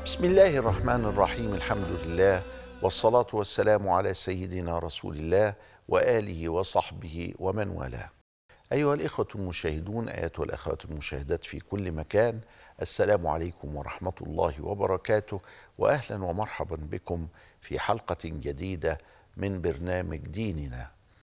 بسم الله الرحمن الرحيم. الحمد لله والصلاة والسلام على سيدنا رسول الله وآله وصحبه ومن والاه. أيها الإخوة المشاهدون، أيتها الأخوات المشاهدات في كل مكان، السلام عليكم ورحمة الله وبركاته، وأهلا ومرحبا بكم في حلقة جديدة من برنامج ديننا.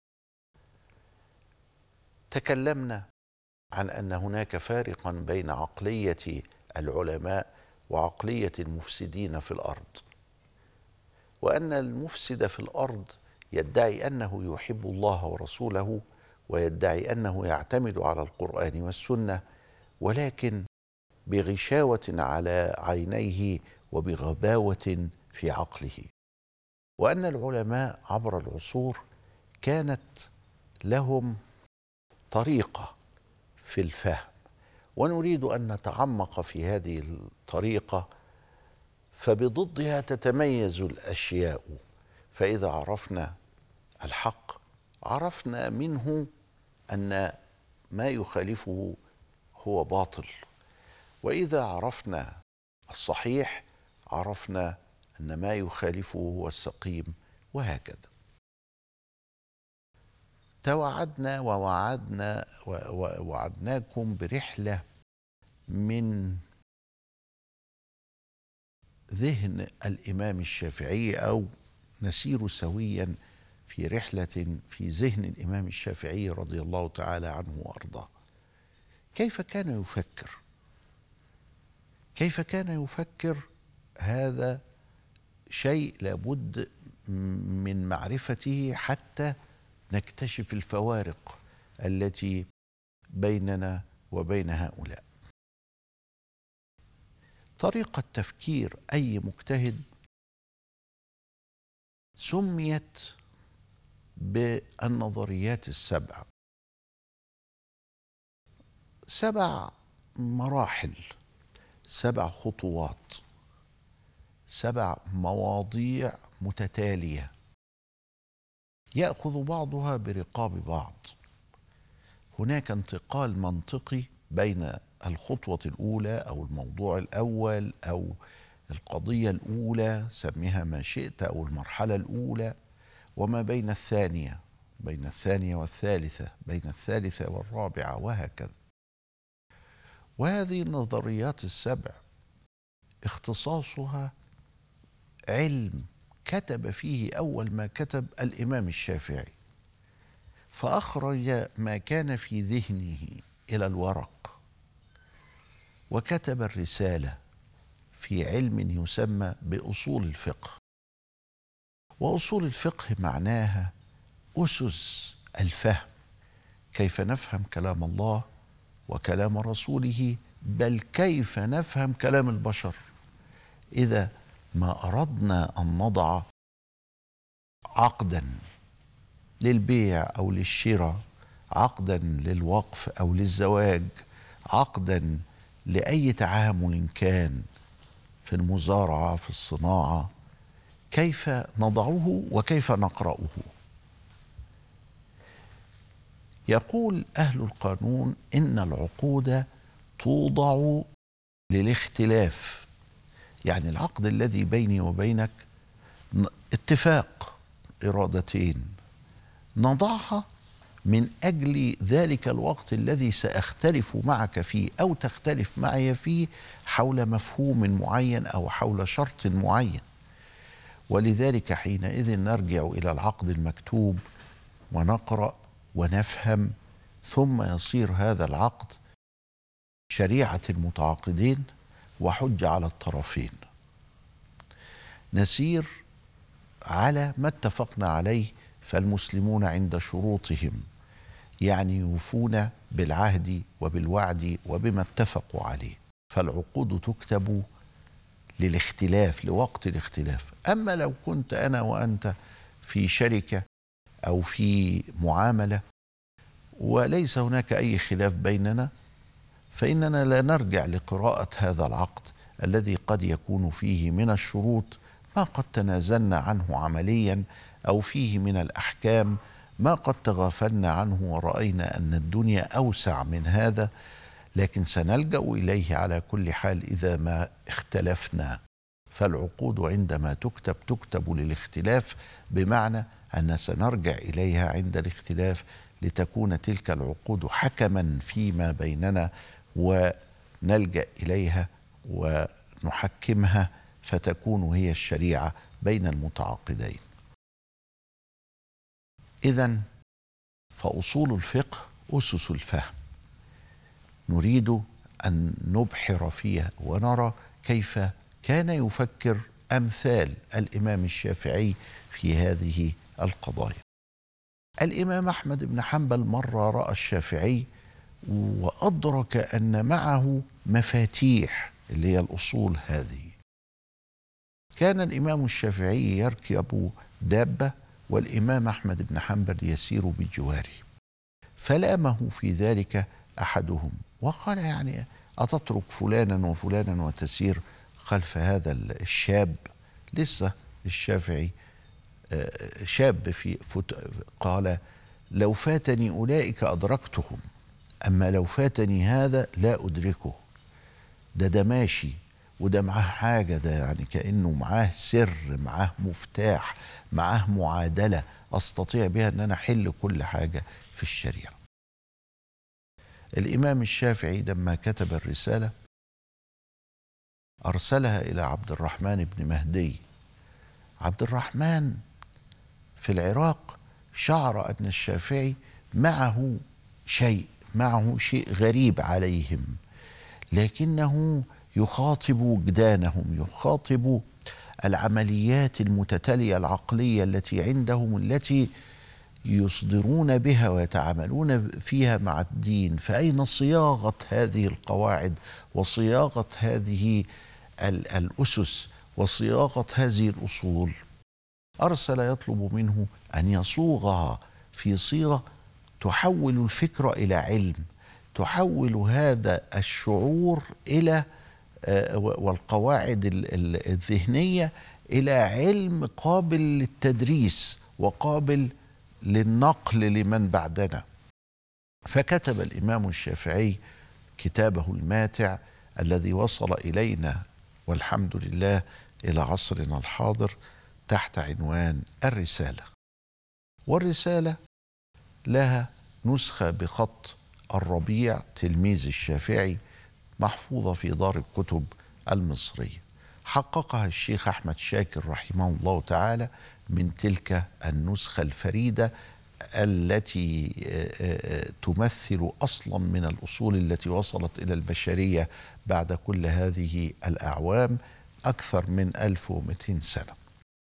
تكلمنا عن أن هناك فارقا بين عقلية العلماء وعقلية المفسدين في الأرض، وأن المفسد في الأرض يدعي أنه يحب الله ورسوله ويدعي أنه يعتمد على القرآن والسنة، ولكن بغشاوة على عينيه وبغباوة في عقله. وأن العلماء عبر العصور كانت لهم طريقة في الفهم، ونريد أن نتعمق في هذه الطريقة، فبضدها تتميز الأشياء. فإذا عرفنا الحق عرفنا منه أن ما يخالفه هو باطل، وإذا عرفنا الصحيح عرفنا أن ما يخالفه هو السقيم، وهكذا. توعدنا ووعدناكم برحلة من ذهن الإمام الشافعي، أو نسير سويا في رحلة في ذهن الإمام الشافعي رضي الله تعالى عنه وأرضاه. كيف كان يفكر؟ كيف كان يفكر؟ هذا شيء لابد من معرفته حتى نكتشف الفوارق التي بيننا وبين هؤلاء. طريقة تفكير أي مجتهد سميت بالنظريات السبع، 7 مراحل، 7 خطوات، 7 مواضيع متتالية يأخذ بعضها برقاب بعض. هناك انتقال منطقي بين الخطوة الأولى أو الموضوع الأول أو القضية الأولى، سميها ما شئت، أو المرحلة الأولى، وما بين الثانية، بين الثانية والثالثة، بين الثالثة والرابعة، وهكذا. وهذه النظريات السبع اختصاصها علم كتب فيه أول ما كتب الإمام الشافعي، فأخرج ما كان في ذهنه إلى الورق، وكتب الرسالة في علم يسمى بأصول الفقه. وأصول الفقه معناها أسس الفهم، كيف نفهم كلام الله وكلام رسوله، بل كيف نفهم كلام البشر. إذا ما أردنا أن نضع عقدا للبيع أو للشراء، عقدا للوقف أو للزواج، عقدا لأي تعامل كان في المزارعة، في الصناعة، كيف نضعه وكيف نقرأه؟ يقول أهل القانون إن العقود توضع للاختلاف، يعني العقد الذي بيني وبينك اتفاق إرادتين نضعها من أجل ذلك الوقت الذي سأختلف معك فيه أو تختلف معي فيه حول مفهوم معين أو حول شرط معين. ولذلك حينئذ نرجع إلى العقد المكتوب ونقرأ ونفهم، ثم يصير هذا العقد شريعة المتعاقدين وحجة على الطرفين. نسير على ما اتفقنا عليه، فالمسلمون عند شروطهم يعني يوفون بالعهد وبالوعد وبما اتفقوا عليه، فالعقود تكتب للاختلاف، لوقت الاختلاف. أما لو كنت أنا وأنت في شركة أو في معاملة وليس هناك أي خلاف بيننا، فإننا لا نرجع لقراءة هذا العقد الذي قد يكون فيه من الشروط ما قد تنازلنا عنه عمليا، أو فيه من الأحكام ما قد تغافلنا عنه ورأينا أن الدنيا أوسع من هذا، لكن سنلجأ إليه على كل حال إذا ما اختلفنا. فالعقود عندما تكتب للاختلاف، بمعنى أن سنرجع إليها عند الاختلاف لتكون تلك العقود حكما فيما بيننا، ونلجأ إليها ونحكمها فتكون هي الشريعة بين المتعاقدين. إذن فأصول الفقه أسس الفهم، نريد أن نبحر فيها ونرى كيف كان يفكر أمثال الإمام الشافعي في هذه القضايا. الإمام أحمد بن حنبل مرة رأى الشافعي وأدرك أن معه مفاتيح اللي هي الأصول هذه. كان الإمام الشافعي يركب دابة والإمام أحمد بن حنبل يسير بجواره، فلامه في ذلك أحدهم وقال: يعني أتترك فلانا وفلانا وتسير خلف هذا الشاب؟ لسه الشافعي شاب قال: لو فاتني أولئك أدركتهم، أما لو فاتني هذا لا أدركه. ده ماشي وده معاه حاجة، ده يعني كأنه معاه سر، معاه مفتاح، معاه معادلة أستطيع بها أن أنا أحل كل حاجة في الشريعة. الإمام الشافعي لما كتب الرسالة أرسلها إلى عبد الرحمن بن مهدي. عبد الرحمن في العراق شعر أن الشافعي معه شيء غريب عليهم، لكنه يخاطب وجدانهم، يخاطب العمليات المتتالية العقلية التي عندهم، التي يصدرون بها ويتعاملون فيها مع الدين. فأين صياغة هذه القواعد وصياغة هذه الأسس وصياغة هذه الأصول؟ أرسل يطلب منه أن يصوغها في صيغة تحول الفكرة إلى علم، تحول هذا الشعور إلى والقواعد الذهنية إلى علم قابل للتدريس وقابل للنقل لمن بعدنا. فكتب الإمام الشافعي كتابه الماتع الذي وصل إلينا والحمد لله إلى عصرنا الحاضر تحت عنوان الرسالة. والرسالة لها نسخة بخط الربيع تلميذ الشافعي محفوظة في دار الكتب المصرية، حققها الشيخ أحمد شاكر رحمه الله تعالى من تلك النسخة الفريدة التي تمثل أصلا من الأصول التي وصلت إلى البشرية بعد كل هذه الأعوام أكثر من 1200 سنة.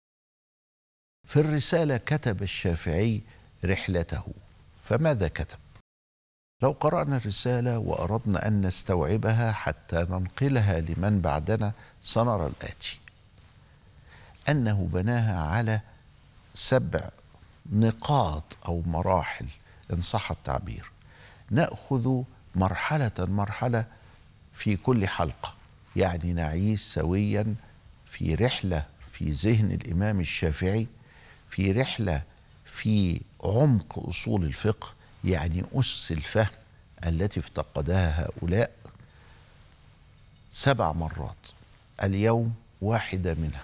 في الرسالة كتب الشافعي رحلته، فماذا كتب؟ لو قرأنا الرسالة وأردنا أن نستوعبها حتى ننقلها لمن بعدنا سنرى الآتي: أنه بناها على 7 نقاط أو مراحل إن صح التعبير. نأخذ مرحلة في كل حلقة، يعني نعيش سويا في رحلة في ذهن الإمام الشافعي، في رحلة في عمق أصول الفقه، يعني أسس الفهم التي افتقدها هؤلاء 7 مرات، اليوم واحدة منها.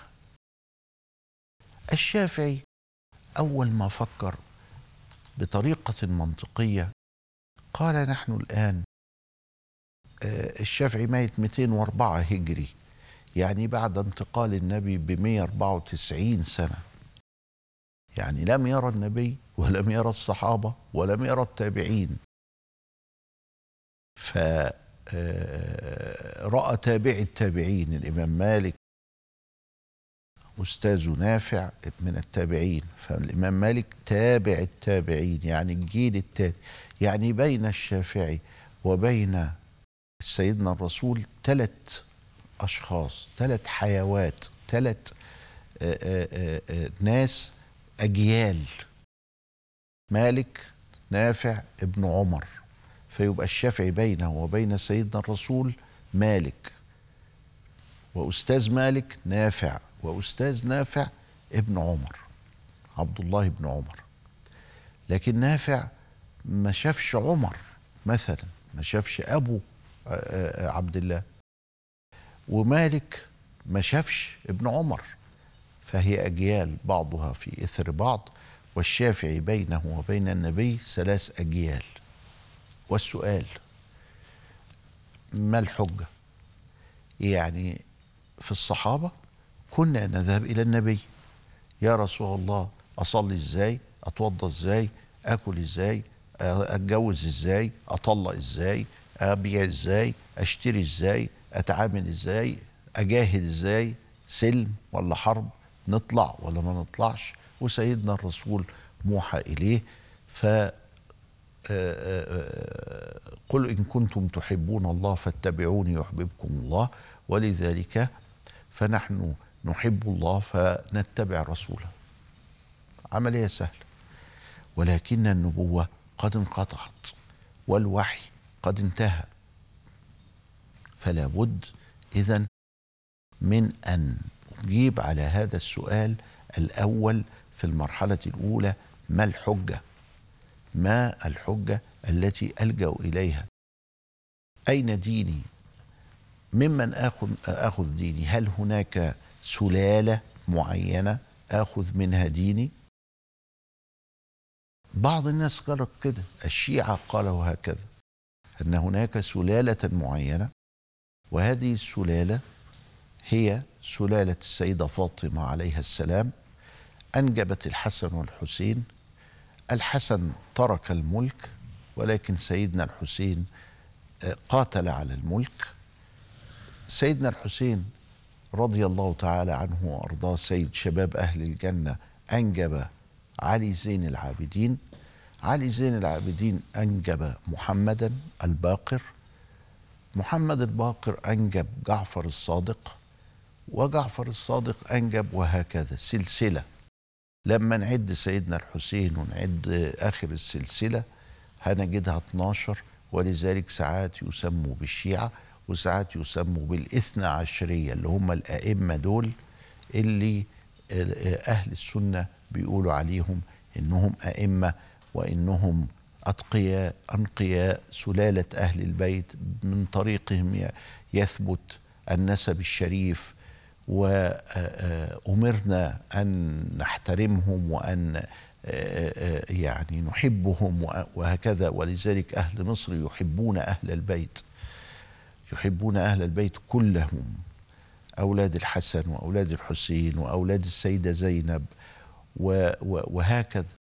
الشافعي أول ما فكر بطريقة منطقية قال: نحن الآن الشافعي ميت 204 هجري، يعني بعد انتقال النبي ب194 سنة، يعني لم يرى النبي ولم يرى الصحابة ولم يرى التابعين، فرأى تابع التابعين الإمام مالك أستاذ نافع من التابعين، فالإمام مالك تابع التابعين يعني الجيل التالي. يعني بين الشافعي وبين سيدنا الرسول 3 أشخاص، 3 حيوات، 3 ناس، أجيال: مالك، نافع، ابن عمر. فيبقى الشافعي بينه وبين سيدنا الرسول مالك، وأستاذ مالك نافع، وأستاذ نافع ابن عمر، عبد الله بن عمر. لكن نافع ما شافش عمر مثلا، ما شافش أبو عبد الله. ومالك ما شافش ابن عمر، فهي أجيال بعضها في إثر بعض، والشافعي بينه وبين النبي 3 أجيال. والسؤال: ما الحجة؟ يعني في الصحابة كنا نذهب إلى النبي: يا رسول الله، أصلي إزاي؟ أتوضى إزاي؟ أكل إزاي؟ أتجوز إزاي؟ أطلق إزاي؟ أبيع إزاي؟ أشتري إزاي؟ أتعامل إزاي؟ أجاهد إزاي؟ سلم ولا حرب؟ نطلع ولا ما نطلعش؟ وسيدنا الرسول موحى إليه، ف قل إن كنتم تحبون الله فاتبعوني يحببكم الله. ولذلك فنحن نحب الله فنتبع رسوله. عملية سهلة. ولكن النبوة قد انقطعت والوحي قد انتهى، فلا بد إذن من أن أجيب على هذا السؤال الأول في المرحلة الأولى: ما الحجة؟ ما الحجة التي ألجأ إليها؟ أين ديني؟ ممن آخذ ديني؟ هل هناك سلالة معينة آخذ منها ديني؟ بعض الناس قالت كده، الشيعة قالوا هكذا، أن هناك سلالة معينة، وهذه السلالة هي سلالة السيدة فاطمة عليها السلام، أنجبت الحسن والحسين. الحسن ترك الملك، ولكن سيدنا الحسين قاتل على الملك. سيدنا الحسين رضي الله تعالى عنه وأرضاه، سيد شباب أهل الجنة، أنجب علي زين العابدين. علي زين العابدين أنجب محمدا الباقر. محمد الباقر أنجب جعفر الصادق، وجعفر الصادق أنجب، وهكذا سلسلة. لما نعد سيدنا الحسين ونعد آخر السلسلة هنجدها 12. ولذلك ساعات يسموا بالشيعة وساعات يسموا بالاثنى عشرية، اللي هم الأئمة دول اللي أهل السنة بيقولوا عليهم إنهم أئمة وإنهم أتقياء أنقياء، سلالة أهل البيت، من طريقهم يثبت النسب الشريف، وأمرنا أن نحترمهم وأن يعني نحبهم وهكذا. ولذلك أهل مصر يحبون أهل البيت، يحبون أهل البيت كلهم، أولاد الحسن وأولاد الحسين وأولاد السيدة زينب وهكذا.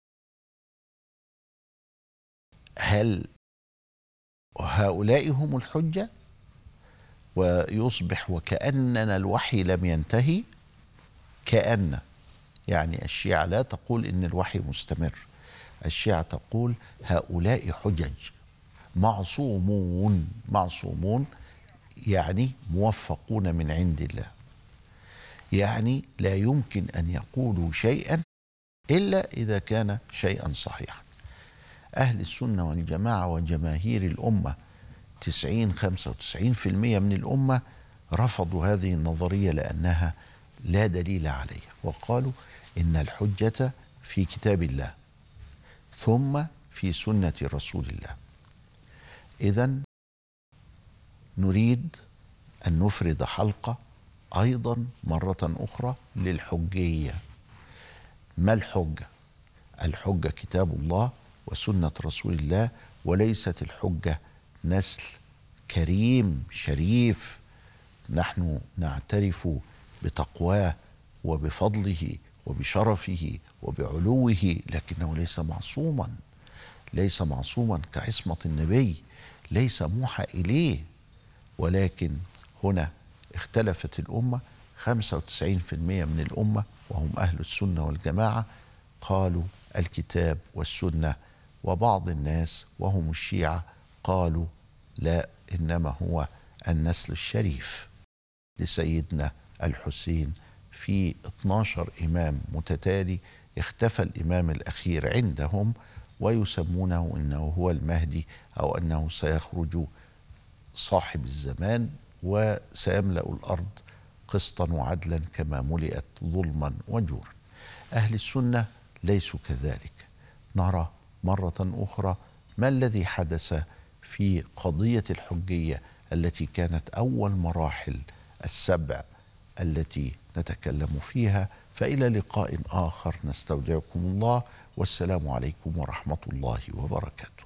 هل هؤلاء هم الحجة؟ ويصبح وكأننا الوحي لم ينتهي، كأن يعني الشيعة لا تقول إن الوحي مستمر، الشيعة تقول هؤلاء حجج معصومون. معصومون يعني موفقون من عند الله، يعني لا يمكن أن يقولوا شيئا إلا إذا كان شيئا صحيحا. أهل السنة والجماعة وجماهير الأمة 95% من الأمة رفضوا هذه النظرية لأنها لا دليل عليها، وقالوا إن الحجة في كتاب الله ثم في سنة رسول الله. إذن نريد أن نفرد حلقة أيضا مرة أخرى للحجية. ما الحجة؟ الحجة كتاب الله وسنة رسول الله، وليست الحجة نسل كريم شريف نحن نعترف بتقواه وبفضله وبشرفه وبعلوه، لكنه ليس معصوما، ليس معصوما كعصمة النبي، ليس موحى إليه. ولكن هنا اختلفت الأمة. 95% من الأمة وهم أهل السنة والجماعة قالوا الكتاب والسنة، وبعض الناس وهم الشيعة قالوا لا، إنما هو النسل الشريف لسيدنا الحسين. في 12 إمام متتالي، اختفى الإمام الأخير عندهم ويسمونه إنه هو المهدي، أو أنه سيخرج صاحب الزمان وسيملأ الأرض قسطا وعدلا كما ملئت ظلما وجورا. أهل السنة ليسوا كذلك. نرى مرة أخرى ما الذي حدث في قضية الحجية التي كانت أول مراحل السبع التي نتكلم فيها. فإلى لقاء آخر نستودعكم الله، والسلام عليكم ورحمة الله وبركاته.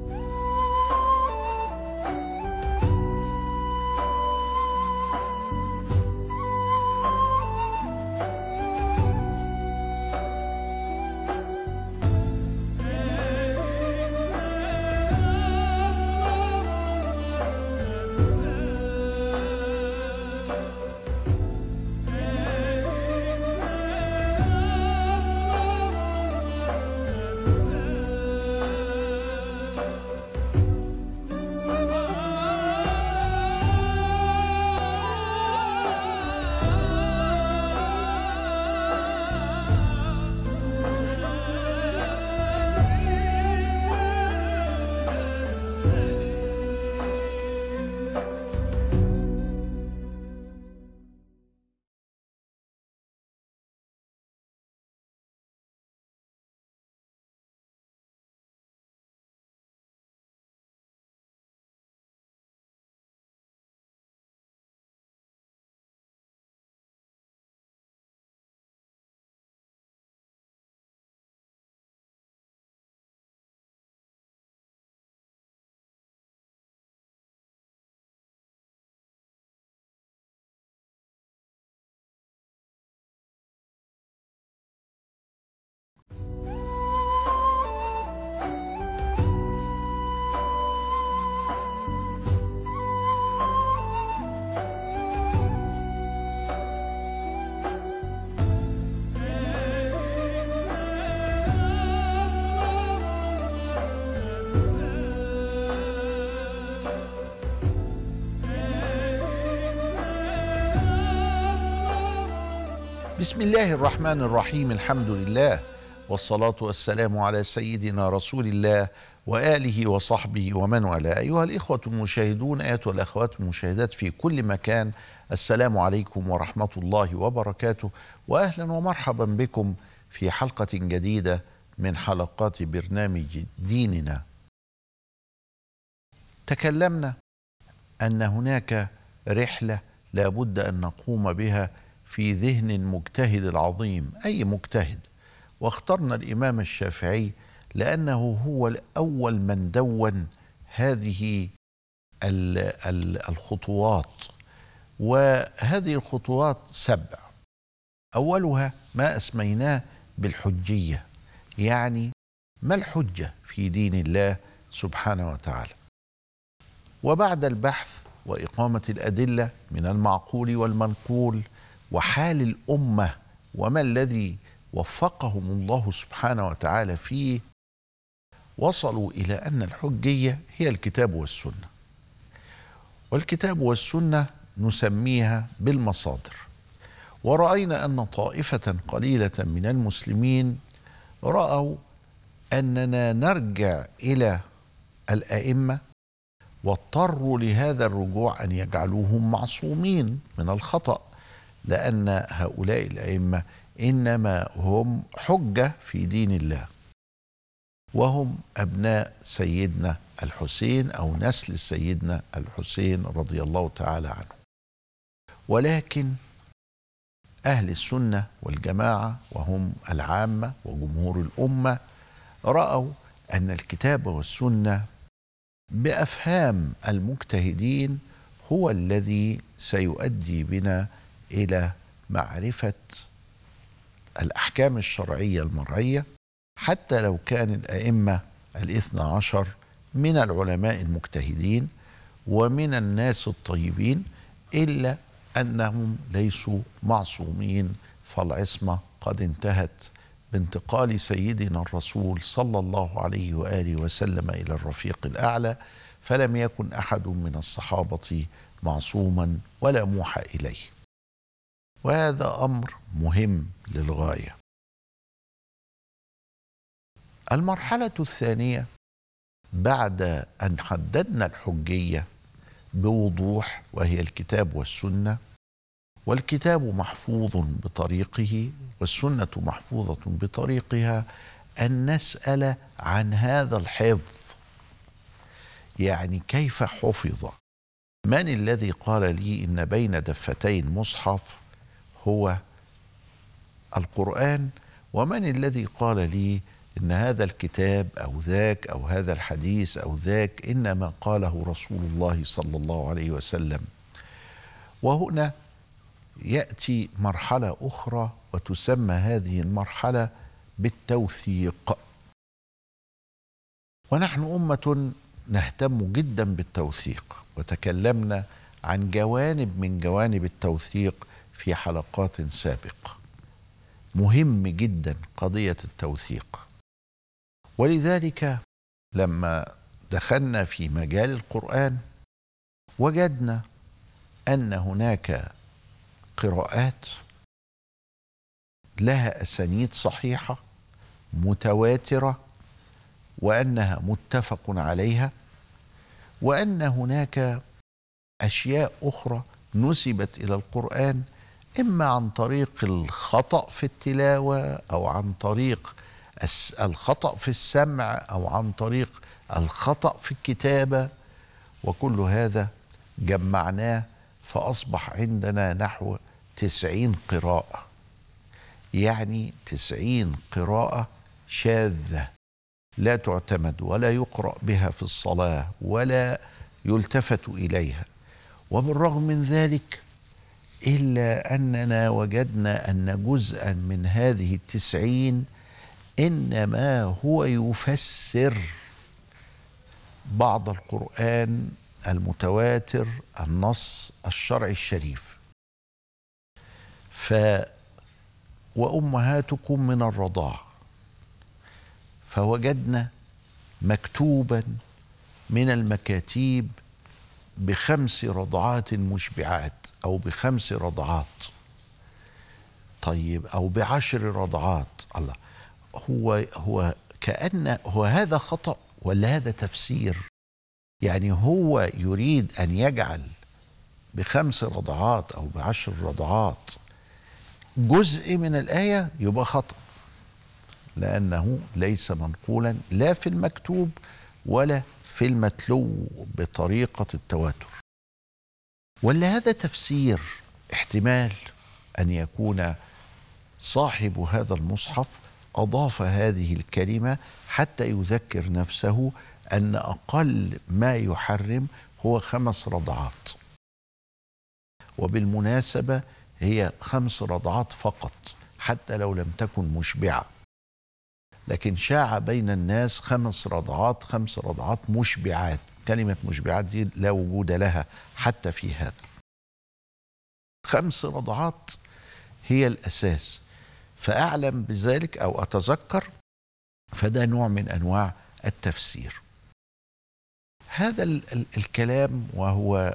بسم الله الرحمن الرحيم. الحمد لله، والصلاة والسلام على سيدنا رسول الله وآله وصحبه ومن والاه. أيها الإخوة المشاهدون، أيها الأخوات المشاهدات في كل مكان، السلام عليكم ورحمة الله وبركاته، وأهلا ومرحبا بكم في حلقة جديدة من حلقات برنامج ديننا. تكلمنا أن هناك رحلة لا بد أن نقوم بها في ذهن المجتهد العظيم، أي مجتهد، واخترنا الإمام الشافعي لأنه هو الأول من دون هذه الخطوات، وهذه الخطوات 7. أولها ما أسميناه بالحجية، يعني ما الحجة في دين الله سبحانه وتعالى. وبعد البحث وإقامة الأدلة من المعقول والمنقول وحال الأمة وما الذي وفقهم الله سبحانه وتعالى فيه، وصلوا إلى أن الحجية هي الكتاب والسنة. والكتاب والسنة نسميها بالمصادر. ورأينا أن طائفة قليلة من المسلمين رأوا أننا نرجع إلى الأئمة، واضطروا لهذا الرجوع أن يجعلوهم معصومين من الخطأ، لأن هؤلاء الأئمة إنما هم حجة في دين الله، وهم أبناء سيدنا الحسين أو نسل سيدنا الحسين رضي الله تعالى عنه. ولكن أهل السنة والجماعة، وهم العامة وجمهور الأمة، رأوا أن الكتاب والسنة بأفهام المجتهدين هو الذي سيؤدي بنا إلى معرفة الأحكام الشرعية المرعية، حتى لو كان الأئمة 12 من العلماء المجتهدين ومن الناس الطيبين، إلا أنهم ليسوا معصومين، فالعصمة قد انتهت بانتقال سيدنا الرسول صلى الله عليه وآله وسلم إلى الرفيق الأعلى، فلم يكن أحد من الصحابة معصوما ولا موحى إليه. وهذا أمر مهم للغاية. المرحلة الثانية بعد أن حددنا الحجية بوضوح، وهي الكتاب والسنة، والكتاب محفوظ بطريقه والسنة محفوظة بطريقها، أن نسأل عن هذا الحفظ، يعني كيف حفظ؟ من الذي قال لي إن بين دفتي المصحف هو القرآن. ومن الذي قال لي إن هذا الكتاب أو ذاك أو هذا الحديث أو ذاك؟ إنما قاله رسول الله صلى الله عليه وسلم. وهنا يأتي مرحلة أخرى، وتسمى هذه المرحلة بالتوثيق. ونحن أمة نهتم جدا بالتوثيق، وتكلمنا عن جوانب من جوانب التوثيق في حلقات سابقة. مهم جدا قضية التوثيق، ولذلك لما دخلنا في مجال القرآن وجدنا أن هناك قراءات لها أسانيد صحيحة متواترة، وأنها متفق عليها، وأن هناك أشياء أخرى نسبت إلى القرآن إما عن طريق الخطأ في التلاوة، أو عن طريق الخطأ في السمع، أو عن طريق الخطأ في الكتابة. وكل هذا جمعناه فأصبح عندنا نحو 90 قراءة، يعني 90 قراءة شاذة لا تعتمد ولا يقرأ بها في الصلاة ولا يلتفت إليها. وبالرغم من ذلك إلا أننا وجدنا أن جزءا من هذه 90 إنما هو يفسر بعض القرآن المتواتر، النص الشرعي الشريف. وأمهاتكم من الرضاع، فوجدنا مكتوبا من المكاتيب ب5 رضعات مشبعات، أو ب5 رضعات، طيب، أو ب10 رضعات. الله، هو كأن هو هذا خطأ ولا هذا تفسير؟ يعني هو يريد أن يجعل ب5 رضعات أو ب10 رضعات جزء من الآية، يبقى خطأ، لأنه ليس منقولا لا في المكتوب ولا في المتلو بطريقة التواتر. ولا هذا تفسير؟ احتمال أن يكون صاحب هذا المصحف أضاف هذه الكلمة حتى يذكر نفسه أن أقل ما يحرم هو 5 رضعات. وبالمناسبة هي 5 رضعات فقط، حتى لو لم تكن مشبعة، لكن شاع بين الناس 5 رضعات، 5 رضعات مشبعات. كلمة مشبعات دي لا وجود لها حتى في هذا. 5 رضعات هي الأساس، فأعلم بذلك أو أتذكر، فده نوع من أنواع التفسير. هذا الكلام وهو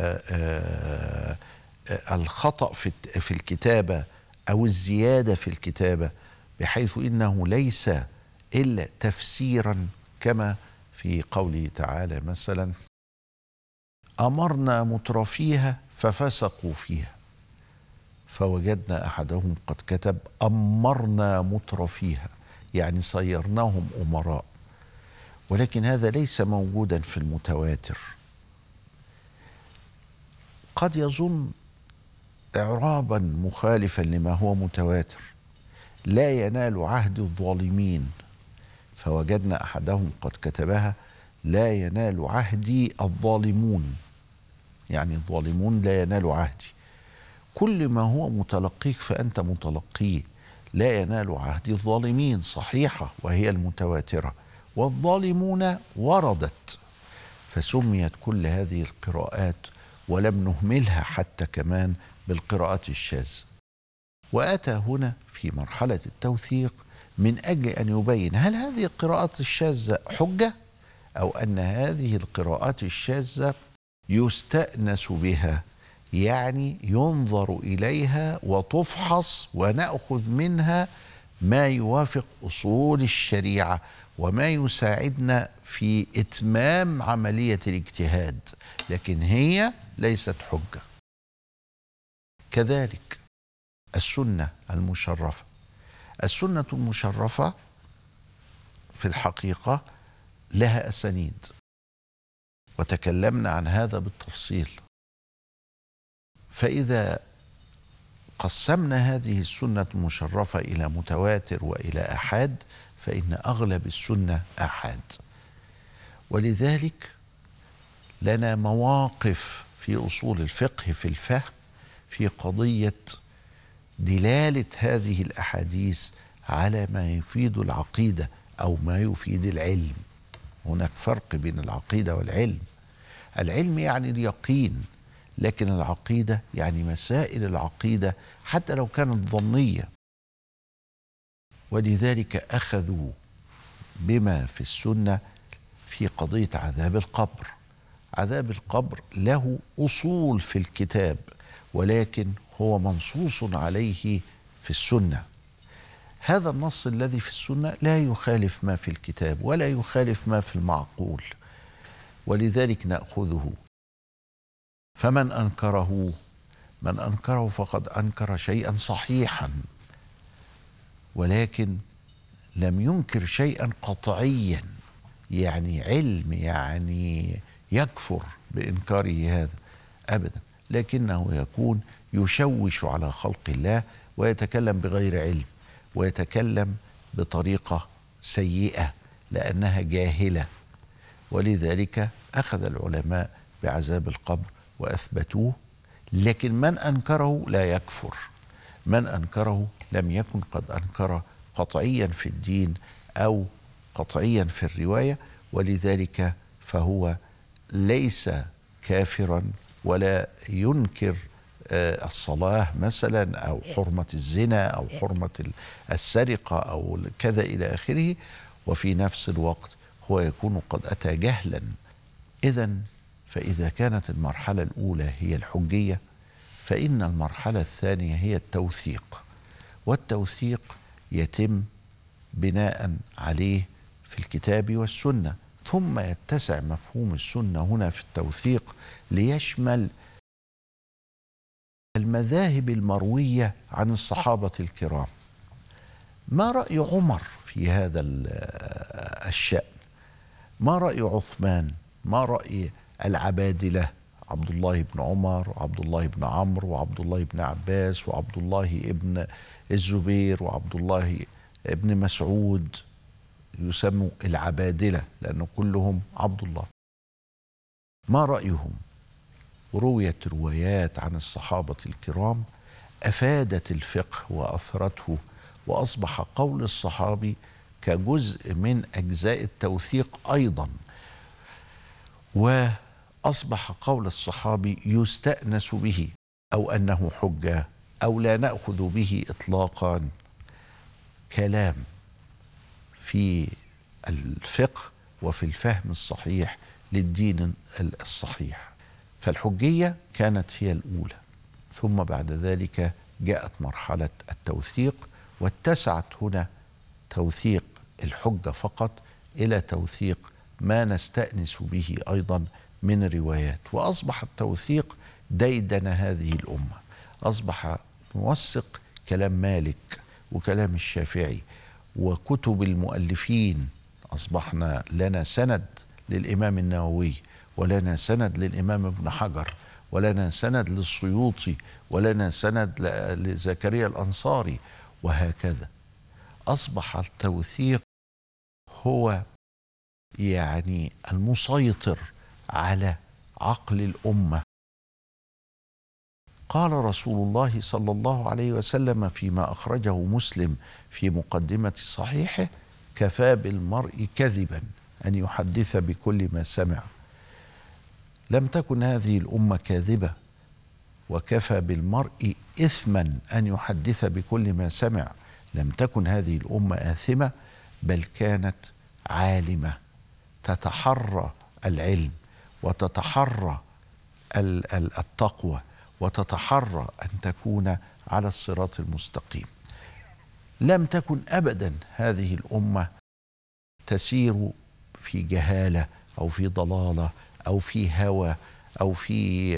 الخطأ في الكتابة أو الزيادة في الكتابة، بحيث إنه ليس إلا تفسيرا، كما في قوله تعالى مثلا: أمرنا مترفيها ففسقوا فيها، فوجدنا أحدهم قد كتب أمرنا مترفيها، يعني صيرناهم أمراء. ولكن هذا ليس موجودا في المتواتر. قد يظن إعرابا مخالفا لما هو متواتر: لا ينال عهد الظالمين، فوجدنا أحدهم قد كتبها: لا ينال عهدي الظالمون، يعني الظالمون لا ينال عهدي. كل ما هو متلقيك فأنت متلقيه. لا ينال عهدي الظالمين صحيحة وهي المتواترة، والظالمون وردت، فسميت كل هذه القراءات، ولم نهملها حتى كمان بالقراءات الشاذة. وأتى هنا في مرحلة التوثيق من أجل أن يبين هل هذه القراءات الشاذة حجة، أو أن هذه القراءات الشاذة يستأنس بها، يعني ينظر إليها وتفحص ونأخذ منها ما يوافق أصول الشريعة وما يساعدنا في إتمام عملية الاجتهاد، لكن هي ليست حجة. كذلك السنة المشرفة. السنة المشرفة في الحقيقة لها أسانيد، وتكلمنا عن هذا بالتفصيل. فإذا قسمنا هذه السنة المشرفة إلى متواتر وإلى آحاد، فإن أغلب السنة آحاد. ولذلك لنا مواقف في أصول الفقه في الفهم في قضية دلالة هذه الأحاديث على ما يفيد العقيدة أو ما يفيد العلم. هناك فرق بين العقيدة والعلم. العلم يعني اليقين، لكن العقيدة يعني مسائل العقيدة حتى لو كانت ظنية. ولذلك أخذوا بما في السنة في قضية عذاب القبر. عذاب القبر له أصول في الكتاب، ولكن هو منصوص عليه في السنة. هذا النص الذي في السنة لا يخالف ما في الكتاب ولا يخالف ما في المعقول، ولذلك نأخذه. فمن أنكره فقد أنكر شيئا صحيحا، ولكن لم ينكر شيئا قطعيا، يعني علم، يعني يكفر بإنكاره هذا أبدا، لكنه يكون يشوش على خلق الله ويتكلم بغير علم ويتكلم بطريقة سيئة لأنها جاهلة. ولذلك أخذ العلماء بعذاب القبر وأثبتوه، لكن من أنكره لا يكفر. من أنكره لم يكن قد أنكر قطعيا في الدين أو قطعيا في الرواية، ولذلك فهو ليس كافرا ولا ينكر الصلاة مثلا أو حرمة الزنا أو حرمة السرقة أو كذا إلى آخره، وفي نفس الوقت هو يكون قد أتى جهلا. إذن فإذا كانت المرحلة الأولى هي الحجية، فإن المرحلة الثانية هي التوثيق، والتوثيق يتم بناء عليه في الكتاب والسنة، ثم يتسع مفهوم السنة هنا في التوثيق ليشمل المذاهب المروية عن الصحابة الكرام. ما رأي عمر في هذا الشأن؟ ما رأي عثمان؟ ما رأي العبادلة عبد الله بن عمر وعبد الله بن عمرو وعبد الله بن عباس وعبد الله بن الزبير وعبد الله بن مسعود؟ يسموا العبادلة لأنه كلهم عبد الله. ما رأيهم؟ رويت روايات عن الصحابة الكرام أفادت الفقه وأثرته، وأصبح قول الصحابي كجزء من أجزاء التوثيق أيضا، وأصبح قول الصحابي يستأنس به أو أنه حجة أو لا نأخذ به إطلاقا. كلام في الفقه وفي الفهم الصحيح للدين الصحيح. فالحجية كانت هي الأولى، ثم بعد ذلك جاءت مرحلة التوثيق، واتسعت هنا توثيق الحجة فقط إلى توثيق ما نستأنس به أيضا من روايات، وأصبح التوثيق ديدن هذه الأمة. أصبح موثق كلام مالك وكلام الشافعي وكتب المؤلفين. أصبحنا لنا سند للإمام النووي، ولنا سند للإمام ابن حجر، ولنا سند للسيوطي، ولنا سند لزكريا الأنصاري، وهكذا. أصبح التوثيق هو يعني المسيطر على عقل الأمة. قال رسول الله صلى الله عليه وسلم فيما أخرجه مسلم في مقدمة صحيحه: كفى بالمرء كذبا أن يحدث بكل ما سمع. لم تكن هذه الأمة كاذبة، وكفى بالمرء إثما أن يحدث بكل ما سمع. لم تكن هذه الأمة آثمة، بل كانت عالمة تتحرى العلم وتتحرى التقوى وتتحرى أن تكون على الصراط المستقيم. لم تكن أبدا هذه الأمة تسير في جهالة أو في ضلالة أو في هوى أو في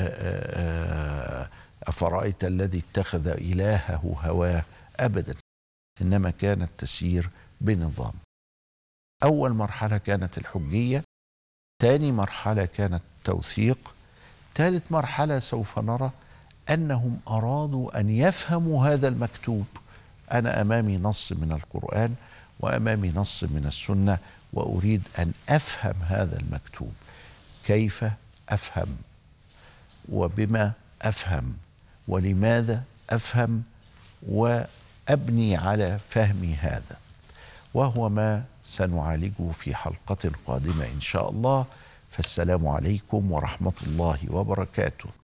أفرأيت الذي اتخذ إلهه هواه، أبدا، إنما كانت تسير بنظام. أول مرحلة كانت الحجية، ثاني مرحلة كانت التوثيق، ثالث مرحلة سوف نرى أنهم أرادوا أن يفهموا هذا المكتوب. أنا أمامي نص من القرآن وأمامي نص من السنة، وأريد أن أفهم هذا المكتوب. كيف أفهم؟ وبما أفهم؟ ولماذا أفهم؟ وأبني على فهمي هذا، وهو ما سنعالجه في حلقة قادمة إن شاء الله. فالسلام عليكم ورحمة الله وبركاته.